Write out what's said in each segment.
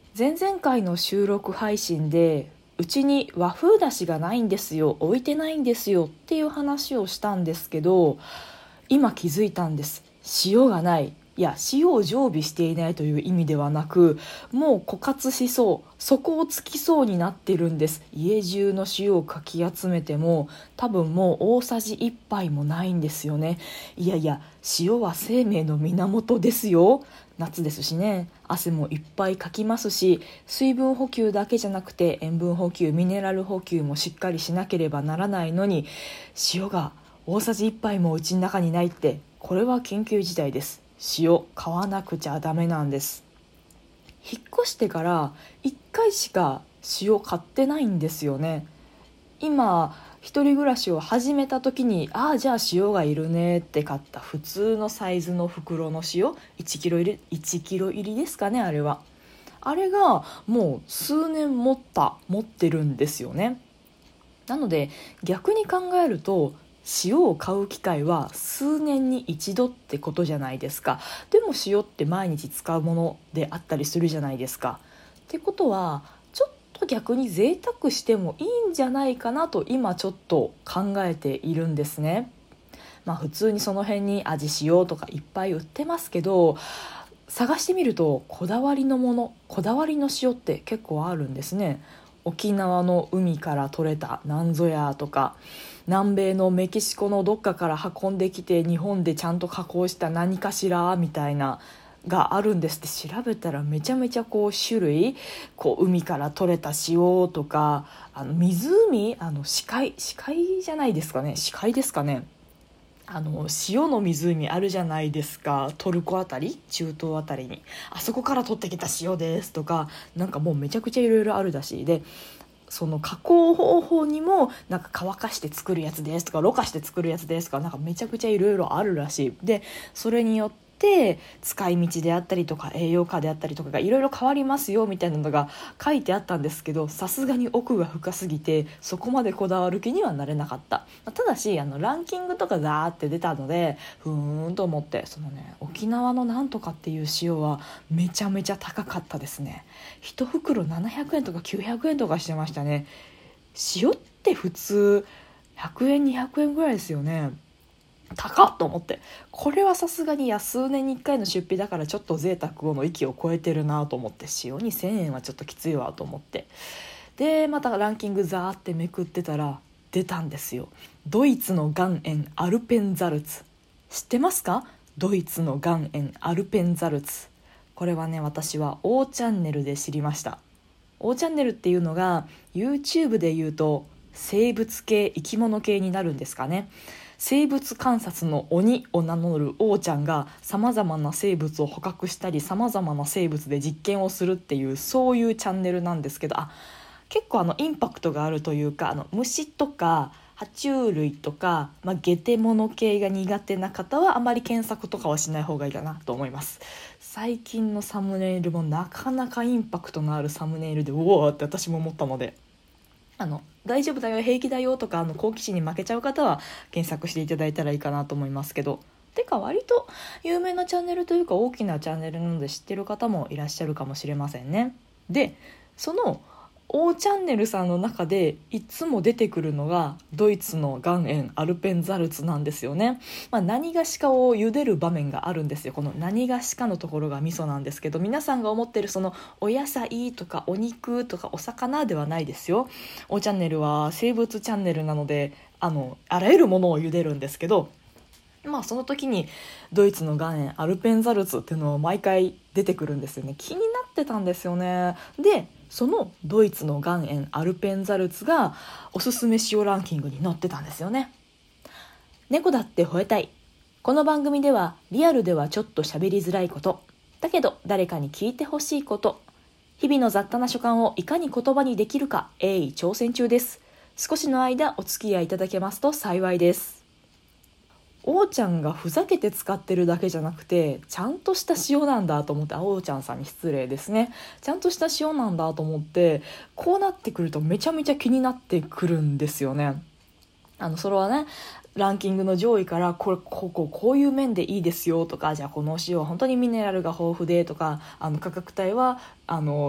前々回の収録配信でうちに和風だしがないんですよ、置いてないんですよっていう話をしたんですけど、今気づいたんです。塩がない。いや、塩を常備していないという意味ではなく、もう枯渇しそう、底をつきそうになってるんです。家中の塩をかき集めても多分もう大さじ1杯もないんですよね。いやいや、塩は生命の源ですよ。夏ですしね、汗もいっぱいかきますし、水分補給だけじゃなくて塩分補給、ミネラル補給もしっかりしなければならないのに、塩が大さじ1杯もうちの中にないって、これは緊急事態です。塩買わなくちゃダメなんです。引っ越してから1回しか塩買ってないんですよね。今一人暮らしを始めた時に、じゃあ塩がいるねって買った普通のサイズの袋の塩、1キロ入り1キロ入りですかね、あれがもう数年持ってるんですよね。なので逆に考えると、塩を買う機会は数年に一度ってことじゃないですか。でも塩って毎日使うものであったりするじゃないですか。ってことはちょっと逆に贅沢してもいいんじゃないかなと今ちょっと考えているんですね。普通にその辺に味塩とかいっぱい売ってますけど、探してみるとこだわりのもの、こだわりの塩って結構あるんですね。沖縄の海から取れたなんぞやとか、南米のメキシコのどっかから運んできて日本でちゃんと加工した何かしらみたいながあるんですって調べたら、めちゃめちゃ種類、海から取れた塩とか、湖、死海じゃないですかね、死海ですかね、塩の湖あるじゃないですか、トルコあたり、中東あたりに、あそこから取ってきた塩ですとか、なんかもうめちゃくちゃいろいろあるらしい。でその加工方法にも、なんか乾かして作るやつですとか、ろ過して作るやつですとか、なんかめちゃくちゃいろいろあるらしい。でそれによって使い道であったりとか栄養価であったりとかがいろいろ変わりますよみたいなのが書いてあったんですけど、さすがに奥が深すぎてそこまでこだわる気にはなれなかった。ただしランキングとかザーって出たのでふーんと思って、そのね、沖縄のなんとかっていう塩はめちゃめちゃ高かったですね。1袋700円とか900円とかしてましたね。塩って普通100円200円ぐらいですよね。高っと思って、これはさすがに数年に1回の出費だからちょっと贅沢の域を超えてるなと思って、塩に1000円はちょっときついわと思って、でまたランキングザーってめくってたら出たんですよ。ドイツの岩塩アルペンザルツ、知ってますか？ドイツの岩塩アルペンザルツ。これはね、私は O チャンネルで知りました。 O チャンネルっていうのが YouTube で言うと生物系、生き物系になるんですかね。生物観察の鬼を名乗る王ちゃんがさまざまな生物を捕獲したり、さまざまな生物で実験をするっていう、そういうチャンネルなんですけど、結構インパクトがあるというか、虫とか爬虫類とか、ゲテモノ系が苦手な方はあまり検索とかはしない方がいいかなと思います。最近のサムネイルもなかなかインパクトのあるサムネイルで、うおーって私も思ったので、大丈夫だよ、平気だよとか、好奇心に負けちゃう方は検索していただいたらいいかなと思いますけど、てか割と有名なチャンネルというか大きなチャンネルなので知ってる方もいらっしゃるかもしれませんね。でその O チャンネルさんの中でいつも出てくるのがドイツの岩塩アルペンザルツなんですよね。何がしかを茹でる場面があるんですよ。この何がしかのところがミソなんですけど、皆さんが思ってるそのお野菜とかお肉とかお魚ではないですよ。 O チャンネルは生物チャンネルなので、あらゆるものを茹でるんですけど、その時にドイツの岩塩アルペンザルツっていうのを毎回出てくるんですよね。気になってたんですよね。でそのドイツの岩塩アルペンザルツがおすすめ塩ランキングに載ってたんですよね。猫だって吠えたい。この番組ではリアルではちょっと喋りづらいこと、だけど誰かに聞いてほしいこと、日々の雑多な所感をいかに言葉にできるか挑戦中です。少しの間お付き合いいただけますと幸いです。おーちゃんがふざけて使ってるだけじゃなくて、ちゃんとした塩なんだと思って、おーちゃんさんに失礼ですね、ちゃんとした塩なんだと思って、こうなってくるとめちゃめちゃ気になってくるんですよね。それはね、ランキングの上位からこういう面でいいですよとか、じゃあこのお塩は本当にミネラルが豊富でとか、価格帯は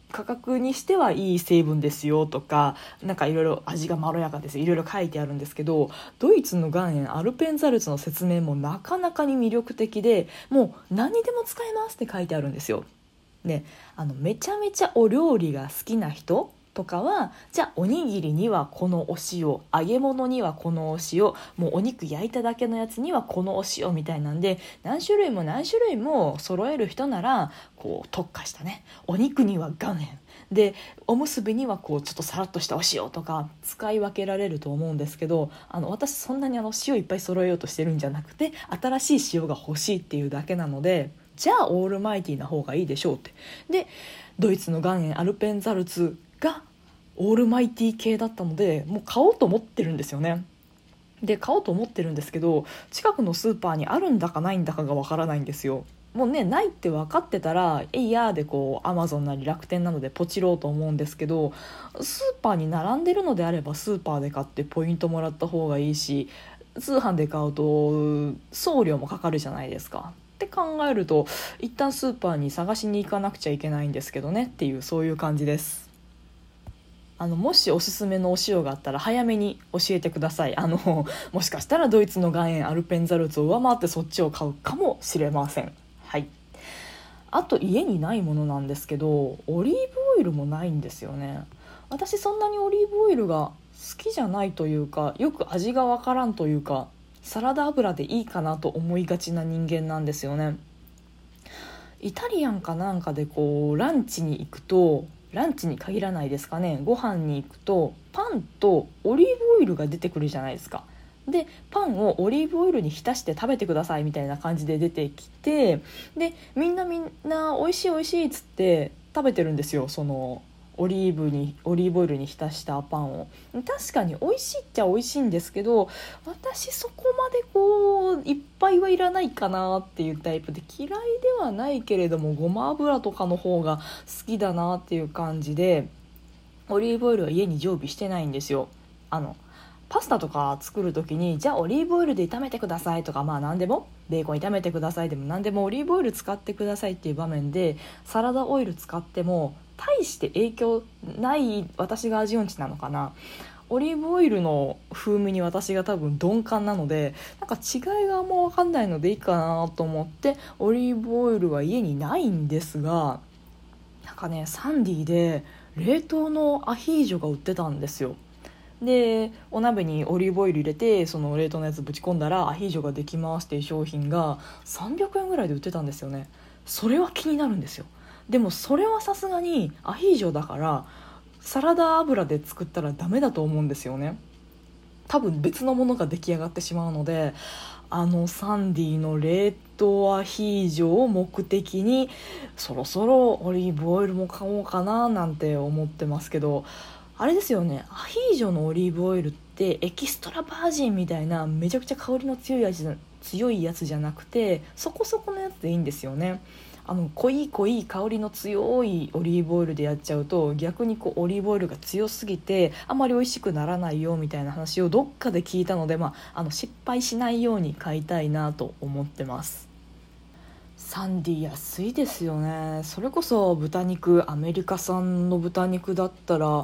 価格にしてはいい成分ですよとか、なんかいろいろ味がまろやかですよ、いろいろ書いてあるんですけど、ドイツの岩塩アルペンザルツの説明もなかなかに魅力的で、もう何にでも使えますって書いてあるんですよ。で、めちゃめちゃお料理が好きな人とかは、じゃあおにぎりにはこのお塩、揚げ物にはこのお塩、もうお肉焼いただけのやつにはこのお塩みたいなんで、何種類も何種類も揃える人ならこう特化したね、お肉には岩塩で、おむすびにはこうちょっとさらっとしたお塩とか使い分けられると思うんですけど、私そんなに塩いっぱい揃えようとしてるんじゃなくて、新しい塩が欲しいっていうだけなので、じゃあオールマイティーな方がいいでしょうって。で、ドイツの岩塩アルペンザルツがオールマイティー系だったので、もう買おうと思ってるんですよね。で、買おうと思ってるんですけど、近くのスーパーにあるんだかないんだかがわからないんですよ。もうね、ないって分かってたらいやーでこうアマゾンなり楽天なのでポチろうと思うんですけど、スーパーに並んでるのであればスーパーで買ってポイントもらった方がいいし、通販で買うと送料もかかるじゃないですかって考えると、一旦スーパーに探しに行かなくちゃいけないんですけどねっていう、そういう感じです。もしおすすめのお塩があったら早めに教えてください。もしかしたらドイツの岩塩アルペンザルツを上回ってそっちを買うかもしれません。はい。あと家にないものなんですけど、オリーブオイルもないんですよね。私そんなにオリーブオイルが好きじゃないというか、よく味がわからんというか、サラダ油でいいかなと思いがちな人間なんですよね。イタリアンかなんかでこうランチに行くと、ランチに限らないですかね、ご飯に行くとパンとオリーブオイルが出てくるじゃないですか。でパンをオリーブオイルに浸して食べてくださいみたいな感じで出てきて、でみんな美味しい美味しいっつって食べてるんですよ、そのオリーブオイルに浸したパンを。確かに美味しいっちゃ美味しいんですけど、私そこまでこういっぱいはいらないかなっていうタイプで、嫌いではないけれどもごま油とかの方が好きだなっていう感じで、オリーブオイルは家に常備してないんですよ。パスタとか作る時に、じゃあオリーブオイルで炒めてくださいとか、まあ何でもベーコン炒めてくださいでも何でもオリーブオイル使ってくださいっていう場面でサラダオイル使っても大して影響ない私が味音痴なのかな。オリーブオイルの風味に私が多分鈍感なので、なんか違いがあんま分かんないのでいいかなと思ってオリーブオイルは家にないんですが、なんかねサンディで冷凍のアヒージョが売ってたんですよ。でお鍋にオリーブオイル入れてその冷凍のやつぶち込んだらアヒージョができますっていう商品が300円ぐらいで売ってたんですよね。それは気になるんですよ。でもそれはさすがにアヒージョだからサラダ油で作ったらダメだと思うんですよね。多分別のものが出来上がってしまうので、サンディの冷凍アヒージョを目的にそろそろオリーブオイルも買おうかななんて思ってますけど、あれですよね、アヒージョのオリーブオイルってエキストラバージンみたいなめちゃくちゃ香りの強いやつじゃなくて、そこそこのやつでいいんですよね。濃い香りの強いオリーブオイルでやっちゃうと逆にこうオリーブオイルが強すぎてあまり美味しくならないよみたいな話をどっかで聞いたので、失敗しないように買いたいなと思ってます。サンディ安いですよね。それこそ豚肉、アメリカ産の豚肉だったら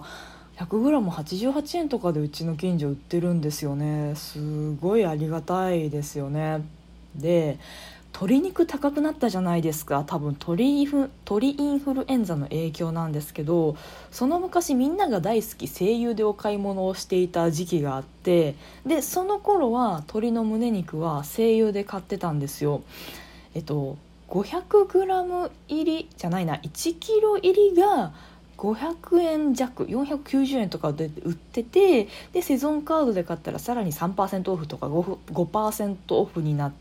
100g88 円とかでうちの近所売ってるんですよね。すごいありがたいですよね。で鶏肉高くなったじゃないですか。多分鳥インフルエンザの影響なんですけど、その昔みんなが大好き西友でお買い物をしていた時期があって、でその頃は鶏の胸肉は西友で買ってたんですよ。500g 入りじゃないな、1キロ入りが500円弱、490円とかで売ってて、でセゾンカードで買ったらさらに 3% オフとか 5% オフになって、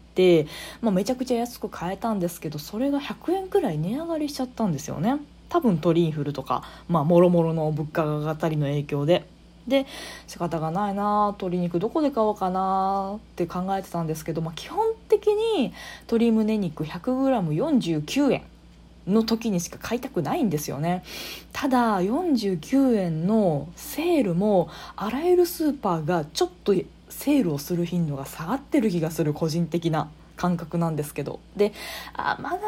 めちゃくちゃ安く買えたんですけど、それが100円くらい値上がりしちゃったんですよね。多分鳥インフルとかもろもろの物価が上がったりの影響で。で仕方がないな、鶏肉どこで買おうかなって考えてたんですけど、基本的に鶏胸肉 100g49 円の時にしか買いたくないんですよね。ただ49円のセールもあらゆるスーパーがちょっとセールをする頻度が下がってる気がする個人的な感覚なんですけど、でまだ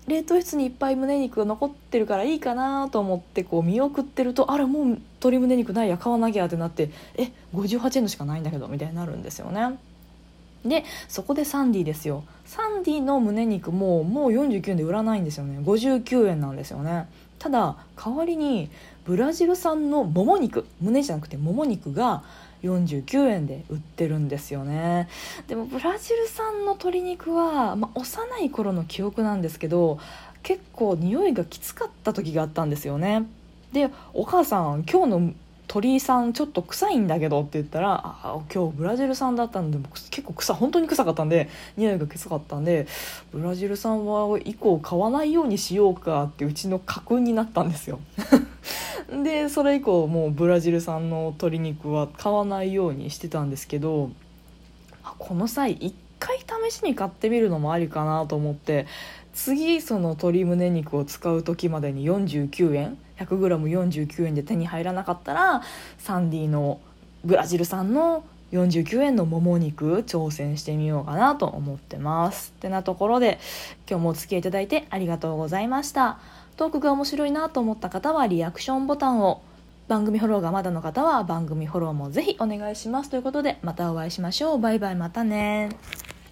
冷凍室にいっぱい胸肉が残ってるからいいかなと思ってこう見送ってると、あれもう鶏胸肉ないや、買わなきゃってなって、58円のしかないんだけどみたいになるんですよね。でそこでサンディですよ。サンディの胸肉もう49円で売らないんですよね。59円なんですよね。ただ代わりにブラジル産のもも肉、胸じゃなくてもも肉が49円で売ってるんですよね。でもブラジル産の鶏肉は、幼い頃の記憶なんですけど、結構匂いがきつかった時があったんですよね。でお母さん今日の鳥居さんちょっと臭いんだけどって言ったら、今日ブラジル産だったので結構本当に臭かったんで、匂いがきつかったんで、ブラジル産は以降買わないようにしようかってうちの家訓になったんですよでそれ以降もうブラジル産の鶏肉は買わないようにしてたんですけど、この際一回試しに買ってみるのもありかなと思って、次その鶏胸肉を使う時までに49円 100g49 円で手に入らなかったら、サンディのブラジル産の49円のもも肉挑戦してみようかなと思ってます。ってなところで、今日もお付き合いいただいてありがとうございました。トークが面白いなと思った方はリアクションボタンを、番組フォローがまだの方は番組フォローもぜひお願いします。ということでまたお会いしましょう。バイバイ、またね。